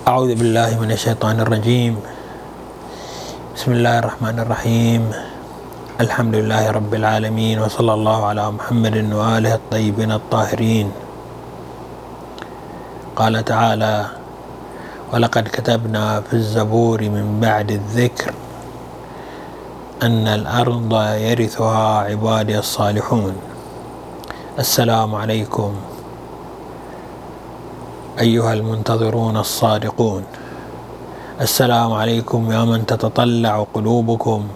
أعوذ بالله من الشيطان الرجيم. بسم الله الرحمن الرحيم. الحمد لله رب العالمين، وصلى الله على محمد وآله الطيبين الطاهرين. قال تعالى: ولقد كتبنا في الزبور من بعد الذكر أن الأرض يرثها عبادي الصالحون. السلام عليكم أيها المنتظرون الصادقون. السلام عليكم يا من تتطلع قلوبكم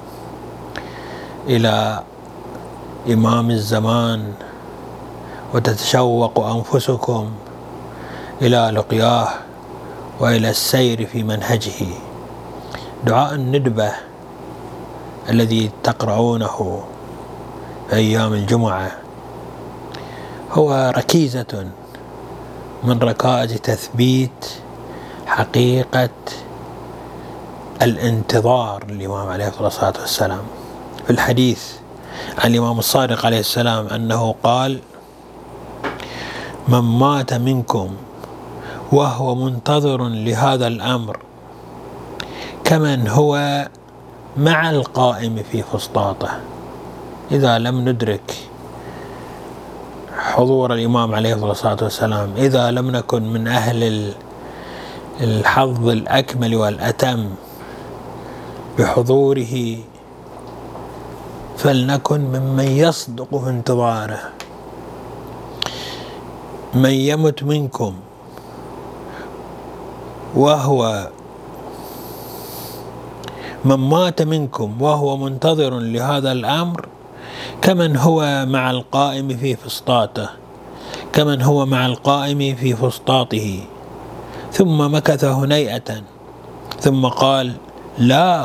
إلى إمام الزمان وتتشوق أنفسكم إلى لقياه وإلى السير في منهجه. دعاء الندبة الذي تقرؤونه في أيام الجمعة هو ركيزة من ركائز تثبيت حقيقة الانتظار للإمام عليه الصلاة والسلام. في الحديث عن الإمام الصادق عليه السلام أنه قال: من مات منكم وهو منتظر لهذا الأمر كمن هو مع القائم في فسطاطه. إذا لم ندرك حضور الإمام عليه الصلاة والسلام، إذا لم نكن من أهل الحظ الأكمل والأتم بحضوره، فلنكن ممن يصدق في انتظاره. من يمت منكم من مات منكم وهو منتظر لهذا الأمر كمن هو مع القائم في فسطاطه، كمن هو مع القائم في فسطاطه. ثم مكث هنيئة ثم قال: لا،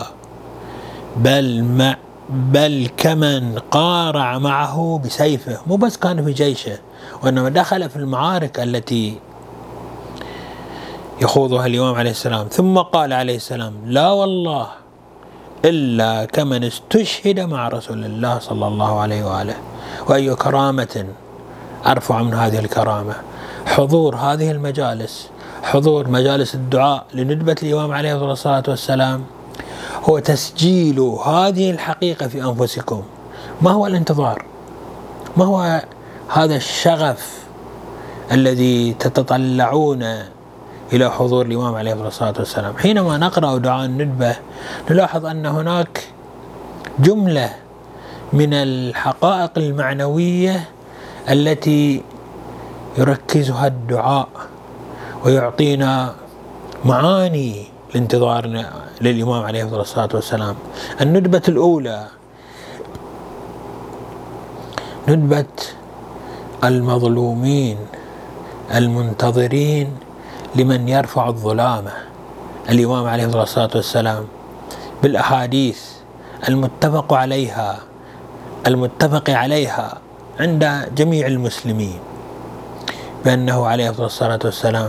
بل كمن قارع معه بسيفه. مو بس كان في جيشه، وإنما دخل في المعارك التي يخوضها الإمام عليه السلام. ثم قال عليه السلام: لا والله إلا كمن استشهد مع رسول الله صلى الله عليه وآله. وأي كرامة أرفع من هذه الكرامة؟ حضور هذه المجالس، حضور مجالس الدعاء لندبة الإمام عليه الصلاة والسلام، هو تسجيل هذه الحقيقة في أنفسكم. ما هو الانتظار؟ ما هو هذا الشغف الذي تتطلعون إلى حضور الإمام عليه الصلاة والسلام؟ حينما نقرأ دعاء الندبة نلاحظ أن هناك جملة من الحقائق المعنوية التي يركزها الدعاء ويعطينا معاني لانتظارنا للإمام عليه الصلاة والسلام. الندبة الأولى ندبة المظلومين المنتظرين لمن يرفع الظلامة. الإمام عليه الصلاة والسلام بالأحاديث المتفق عليها عند جميع المسلمين بأنه عليه الصلاة والسلام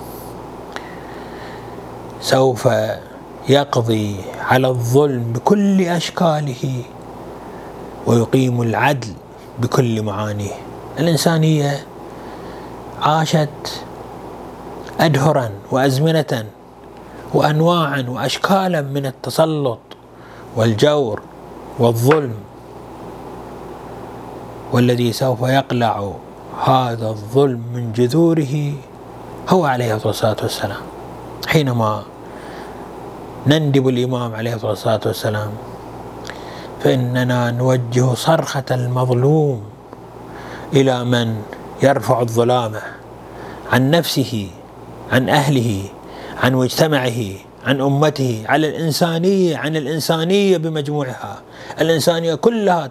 سوف يقضي على الظلم بكل أشكاله ويقيم العدل بكل معانيه. الإنسانية عاشت أدهرا وأزمنة وأنواعا وأشكالا من التسلط والجور والظلم، والذي سوف يقلع هذا الظلم من جذوره هو عليه الصلاة والسلام. حينما نندب الإمام عليه الصلاة والسلام فإننا نوجه صرخة المظلوم إلى من يرفع الظلامة عن نفسه، عن أهله، عن مجتمعه، عن أمته، عن الإنسانية بمجموعها. الإنسانية كلها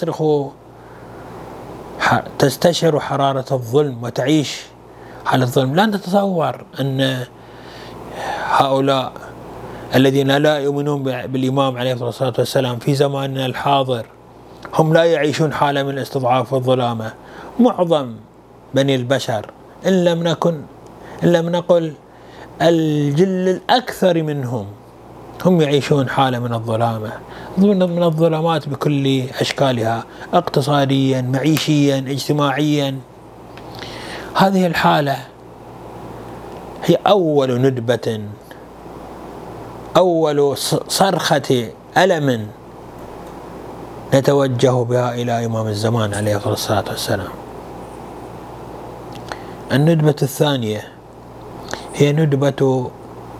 تستشعر حرارة الظلم وتعيش على الظلم. لا نتصور أن هؤلاء الذين لا يؤمنون بالإمام عليه الصلاة والسلام في زماننا الحاضر هم لا يعيشون حالة من الاستضعاف والظلامة. معظم بني البشر إن لم نقل الجل الأكثر منهم هم يعيشون حالة من الظلامة، من الظلامات بكل أشكالها، اقتصاديا، معيشيا، اجتماعيا. هذه الحالة هي أول ندبة، أول صرخة ألم نتوجه بها إلى إمام الزمان عليه الصلاة والسلام. الندبة الثانية هي ندبة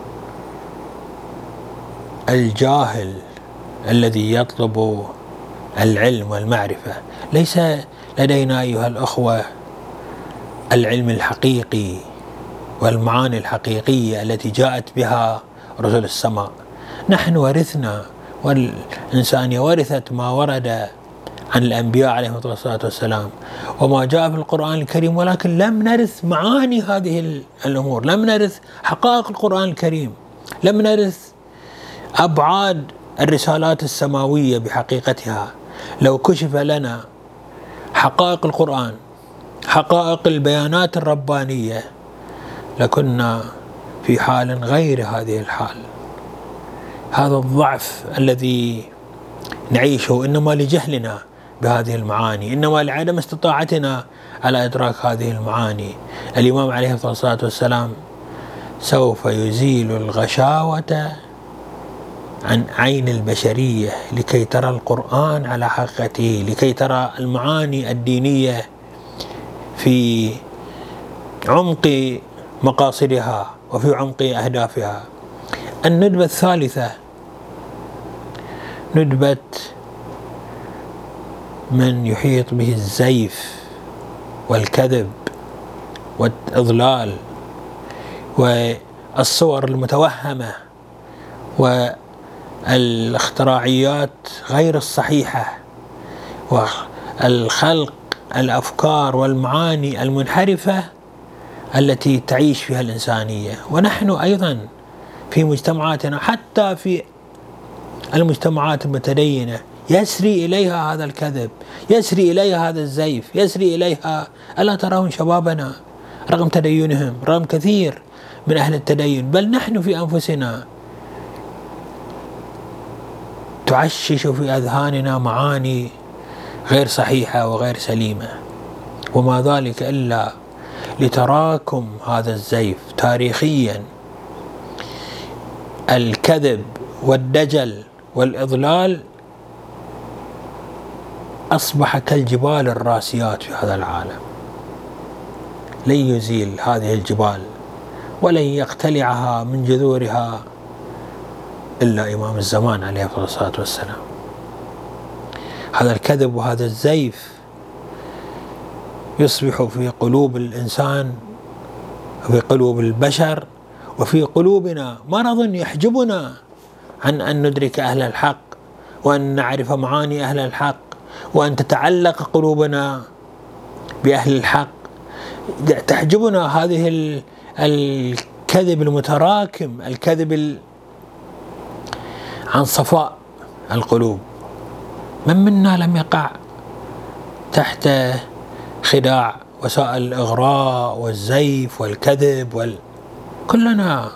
الجاهل الذي يطلب العلم والمعرفة. ليس لدينا أيها الأخوة العلم الحقيقي والمعاني الحقيقية التي جاءت بها رسل السماء. نحن ورثنا، والإنسانية ورثت ما ورد عن الأنبياء عليهم الصلاة والسلام وما جاء في القرآن الكريم، ولكن لم نرث معاني هذه الأمور، لم نرث حقائق القرآن الكريم، لم نرث أبعاد الرسالات السماوية بحقيقتها. لو كشف لنا حقائق القرآن، حقائق البيانات الربانية، لكنا في حال غير هذه الحال. هذا الضعف الذي نعيشه إنما لجهلنا بهذه المعاني، إنما لعدم استطاعتنا على إدراك هذه المعاني. الإمام عليه الصلاة والسلام سوف يزيل الغشاوة عن عين البشرية لكي ترى القرآن على حقيقته، لكي ترى المعاني الدينية في عمق مقاصدها وفي عمق أهدافها. الندبة الثالثة ندبة من يحيط به الزيف والكذب والإضلال والصور المتوهمة والاختراعيات غير الصحيحة والخلق الأفكار والمعاني المنحرفة التي تعيش فيها الإنسانية. ونحن أيضا في مجتمعاتنا، حتى في المجتمعات المتدينة، يسري إليها هذا الكذب، يسري إليها هذا الزيف، يسري إليها. ألا ترون شبابنا رغم تدينهم، رغم كثير من أهل التدين، بل نحن في أنفسنا تعشش في أذهاننا معاني غير صحيحة وغير سليمة، وما ذلك إلا لتراكم هذا الزيف تاريخيا. الكذب والدجل والإضلال أصبح كالجبال الراسيات في هذا العالم، لن يزيل هذه الجبال ولن يقتلعها من جذورها إلا إمام الزمان عليه الصلاة والسلام. هذا الكذب وهذا الزيف يصبح في قلوب الإنسان وفي قلوب البشر وفي قلوبنا مرض يحجبنا عن أن ندرك أهل الحق وأن نعرف معاني أهل الحق وأن تتعلق قلوبنا بأهل الحق. تحجبنا هذه الكذب المتراكم، الكذب عن صفاء القلوب. من منا لم يقع تحت خداع وسائل الإغراء والزيف والكذب كلنا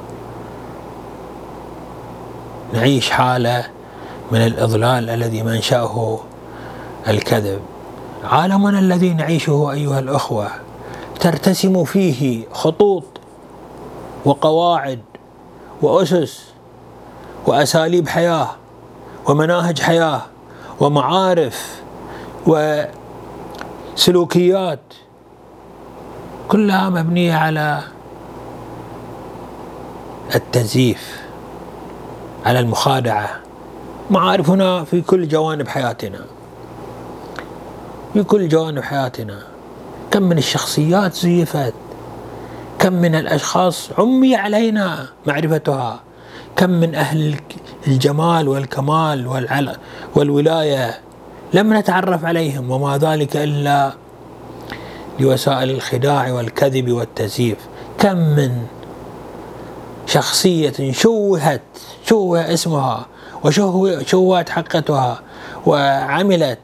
نعيش حالة من الإضلال الذي منشأه الكذب. عالمنا الذي نعيشه أيها الأخوة ترتسم فيه خطوط وقواعد وأسس وأساليب حياة ومناهج حياة ومعارف وسلوكيات كلها مبنية على التزييف، على المخادعة. معارفنا في كل جوانب حياتنا، في كل جوانب حياتنا. كم من الشخصيات زيفت، كم من الأشخاص عمي علينا معرفتها، كم من أهل الجمال والكمال والولاية لم نتعرف عليهم، وما ذلك إلا لوسائل الخداع والكذب والتزييف. كم من شخصية شوه اسمها وشوهت حقيقتها وعملت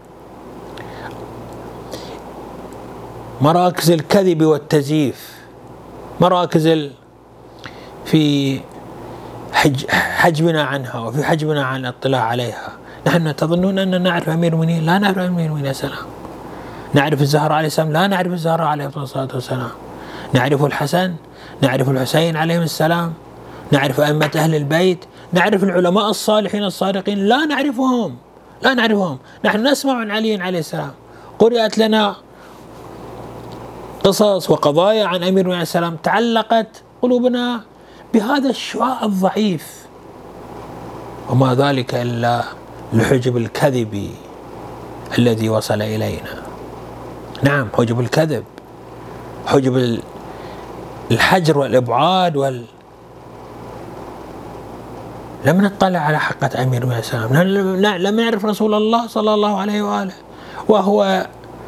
مراكز الكذب والتزييف، مراكز في حجبنا عنها وفي حجبنا عن الاطلاع عليها. نحن تظنون أننا نعرف أمير المؤمنين؟ لا نعرف أمير المؤمنين عليه السلام. نعرف الزهراء عليه السلام؟ لا نعرف الزهراء عليه الصلاة والسلام. نعرف الحسن، نعرف الحسين عليهم السلام، نعرف أئمة أهل البيت، نعرف العلماء الصالحين الصادقين، لا نعرفهم، لا نعرفهم. نحن نسمع عن علي عليه السلام، قرأت لنا قصص وقضايا عن أمير عليه السلام، تعلقت قلوبنا بهذا الشعاع الضعيف، وما ذلك إلا لحجب الكذب الذي وصل إلينا. نعم، حجب الكذب، حجب الحجر والإبعاد لم نطلع على حقة أمير عليه السلام، لم نعرف رسول الله صلى الله عليه وآله، وهو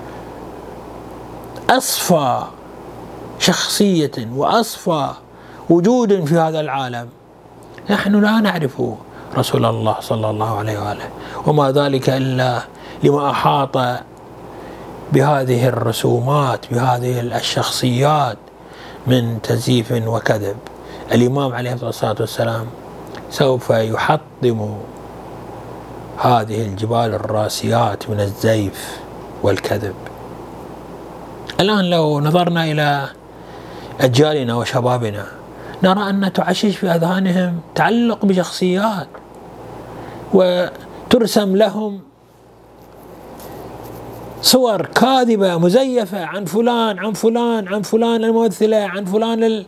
أصفى شخصية وأصفى وجود في هذا العالم. نحن لا نعرف رسول الله صلى الله عليه وآله، وما ذلك إلا لما أحاط بهذه الرسومات، بهذه الشخصيات من تزييف وكذب. الإمام عليه الصلاة والسلام سوف يحطم هذه الجبال الراسيات من الزيف والكذب. الآن لو نظرنا إلى أجيالنا وشبابنا نرى أن تعشش في أذهانهم تعلق بشخصيات، وترسم لهم صور كاذبة مزيفة عن فلان عن فلان عن فلان الممثلة، عن فلان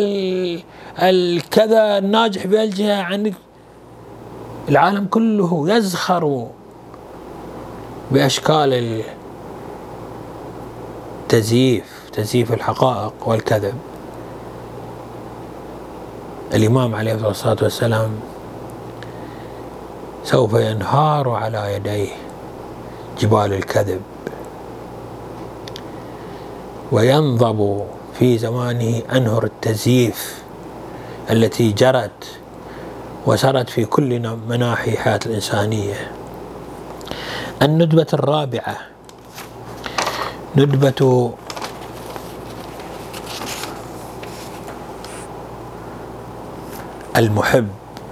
الكذا الناجح بهالجهة، عن العالم كله يزخر بأشكال تزييف الحقائق والكذب. الإمام عليه الصلاة والسلام سوف ينهار على يديه جبال الكذب، وينضب في زمانه أنهر التزييف التي جرت وسرت في كل مناحي حياة الإنسانية. الندبة الرابعة ندبة المحب.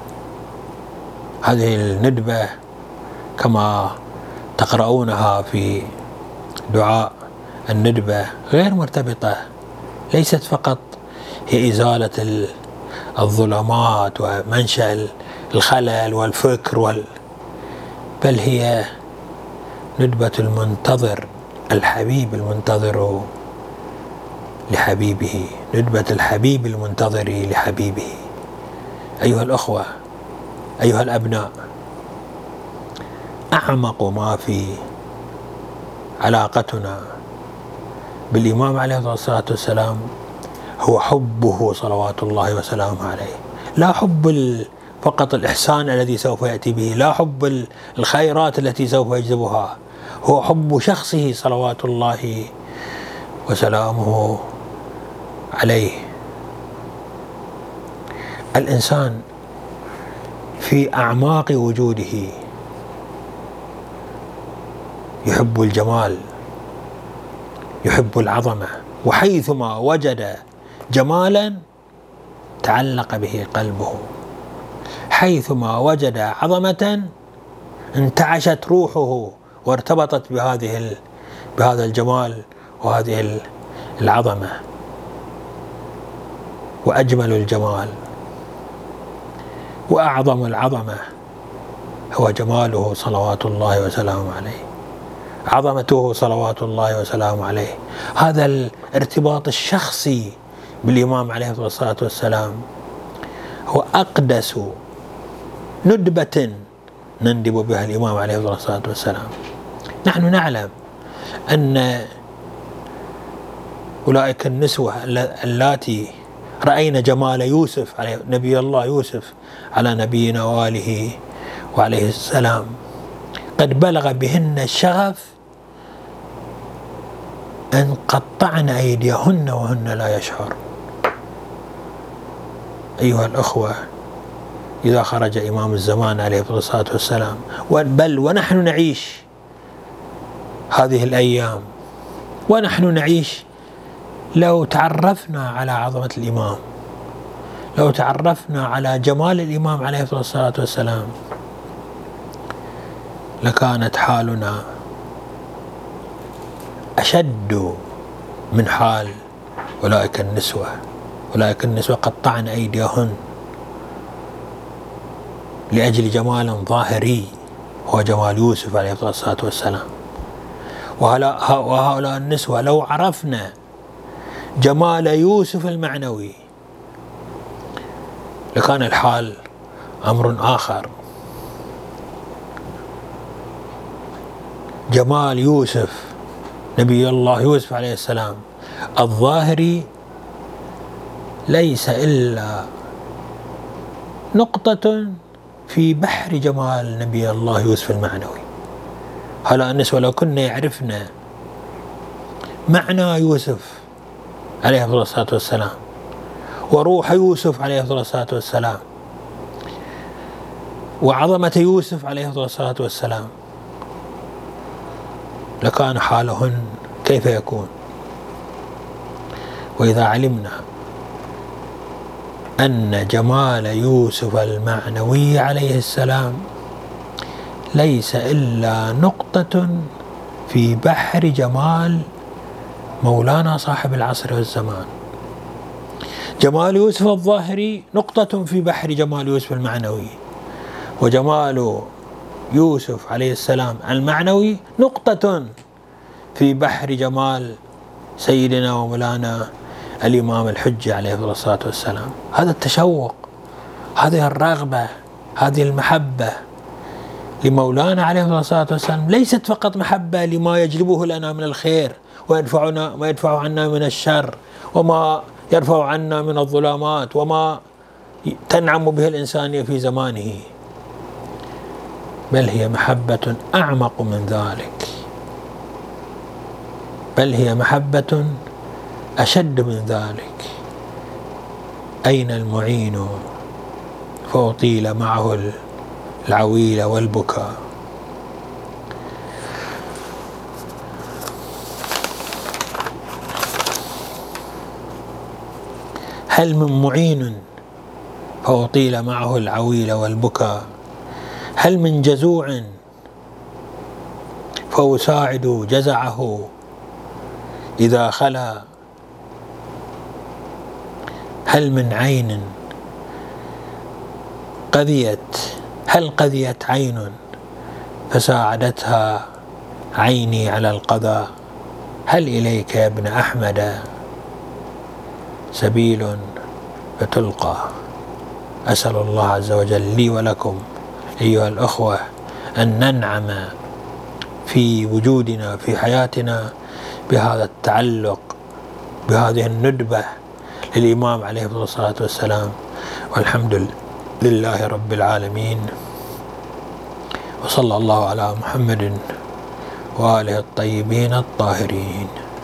هذه الندبة كما تقرؤونها في دعاء الندبة غير مرتبطة، ليست فقط هي إزالة الظلمات ومنشأ الخلل والفكر بل هي ندبة المنتظر، الحبيب المنتظر لحبيبه، ندبة الحبيب المنتظر لحبيبه. أيها الأخوة، أيها الأبناء، أعمق ما في علاقتنا بالإمام عليه الصلاة والسلام هو حبه صلوات الله وسلامه عليه. لا حب فقط الإحسان الذي سوف يأتي به، لا حب الخيرات التي سوف يجذبها، هو حب شخصه صلوات الله وسلامه عليه. الإنسان في أعماق وجوده يحب الجمال، يحب العظمة، وحيثما وجد جمالا تعلق به قلبه، حيثما وجد عظمة انتعشت روحه وارتبطت بهذا الجمال وهذه العظمة. وأجمل الجمال وأعظم العظمة هو جماله صلوات الله وسلامه عليه، عظمته صلوات الله وسلامه عليه. هذا الارتباط الشخصي بالإمام عليه الصلاة والسلام هو أقدس ندبة نندب بها الإمام عليه الصلاة والسلام. نحن نعلم أن أولئك النسوة اللاتي رأينا جمال يوسف عليه نبي الله يوسف على نبينا وآله وعليه السلام قد بلغ بهن الشغف أن قطعن أيديهن وهن لا يشعر. أيها الأخوة، إذا خرج إمام الزمان عليه الصلاة والسلام بل ونحن نعيش هذه الأيام ونحن نعيش، لو تعرفنا على عظمة الإمام، لو تعرفنا على جمال الإمام عليه الصلاة والسلام لكانت حالنا أشد من حال أولئك النسوة قطعن أيديهن لأجل جمال ظاهري هو جمال يوسف عليه الصلاة والسلام. وهؤلاء النسوة لو عرفنا جمال يوسف المعنوي لكان الحال أمر آخر. جمال يوسف نبي الله يوسف عليه السلام الظاهري ليس إلا نقطة في بحر جمال نبي الله يوسف المعنوي. هؤلاء النسوة لو كنا يعرفنا معنى يوسف عليه الصلاة والسلام وروح يوسف عليه الصلاة والسلام وعظمة يوسف عليه الصلاة والسلام لكان حالهن كيف يكون. وإذا علمنا أن جمال يوسف المعنوي عليه السلام ليس إلا نقطة في بحر جمال مولانا صاحب العصر والزمان. جمال يوسف الظاهري نقطة في بحر جمال يوسف المعنوي، وجمال يوسف عليه السلام المعنوي نقطة في بحر جمال سيدنا ومولانا الإمام الحجة عليه الصلاة والسلام. هذا التشوق، هذه الرغبة، هذه المحبة لمولانا عليه الصلاة والسلام ليست فقط محبة لما يجلبه لنا من الخير ويدفع عنا من الشر وما يرفع عنا من الظلامات وما تنعم به الإنسانية في زمانه، بل هي محبة أعمق من ذلك، بل هي محبة أشد من ذلك. أين المعين فأطيل معه العويل والبكاء. هل من معين فأطيل معه العويل والبكاء؟ هل من جزوع فأساعد جزعه إذا خلا؟ هل من عين قذيت عين فساعدتها عيني على القضاء؟ هل إليك يا ابن أحمد سبيل فتلقى؟ أسأل الله عز وجل لي ولكم أيها الأخوة أن ننعم في وجودنا في حياتنا بهذا التعلق، بهذه الندبة للإمام عليه الصلاة والسلام. والحمد لله رب العالمين، وصلى الله على محمد وآله الطيبين الطاهرين.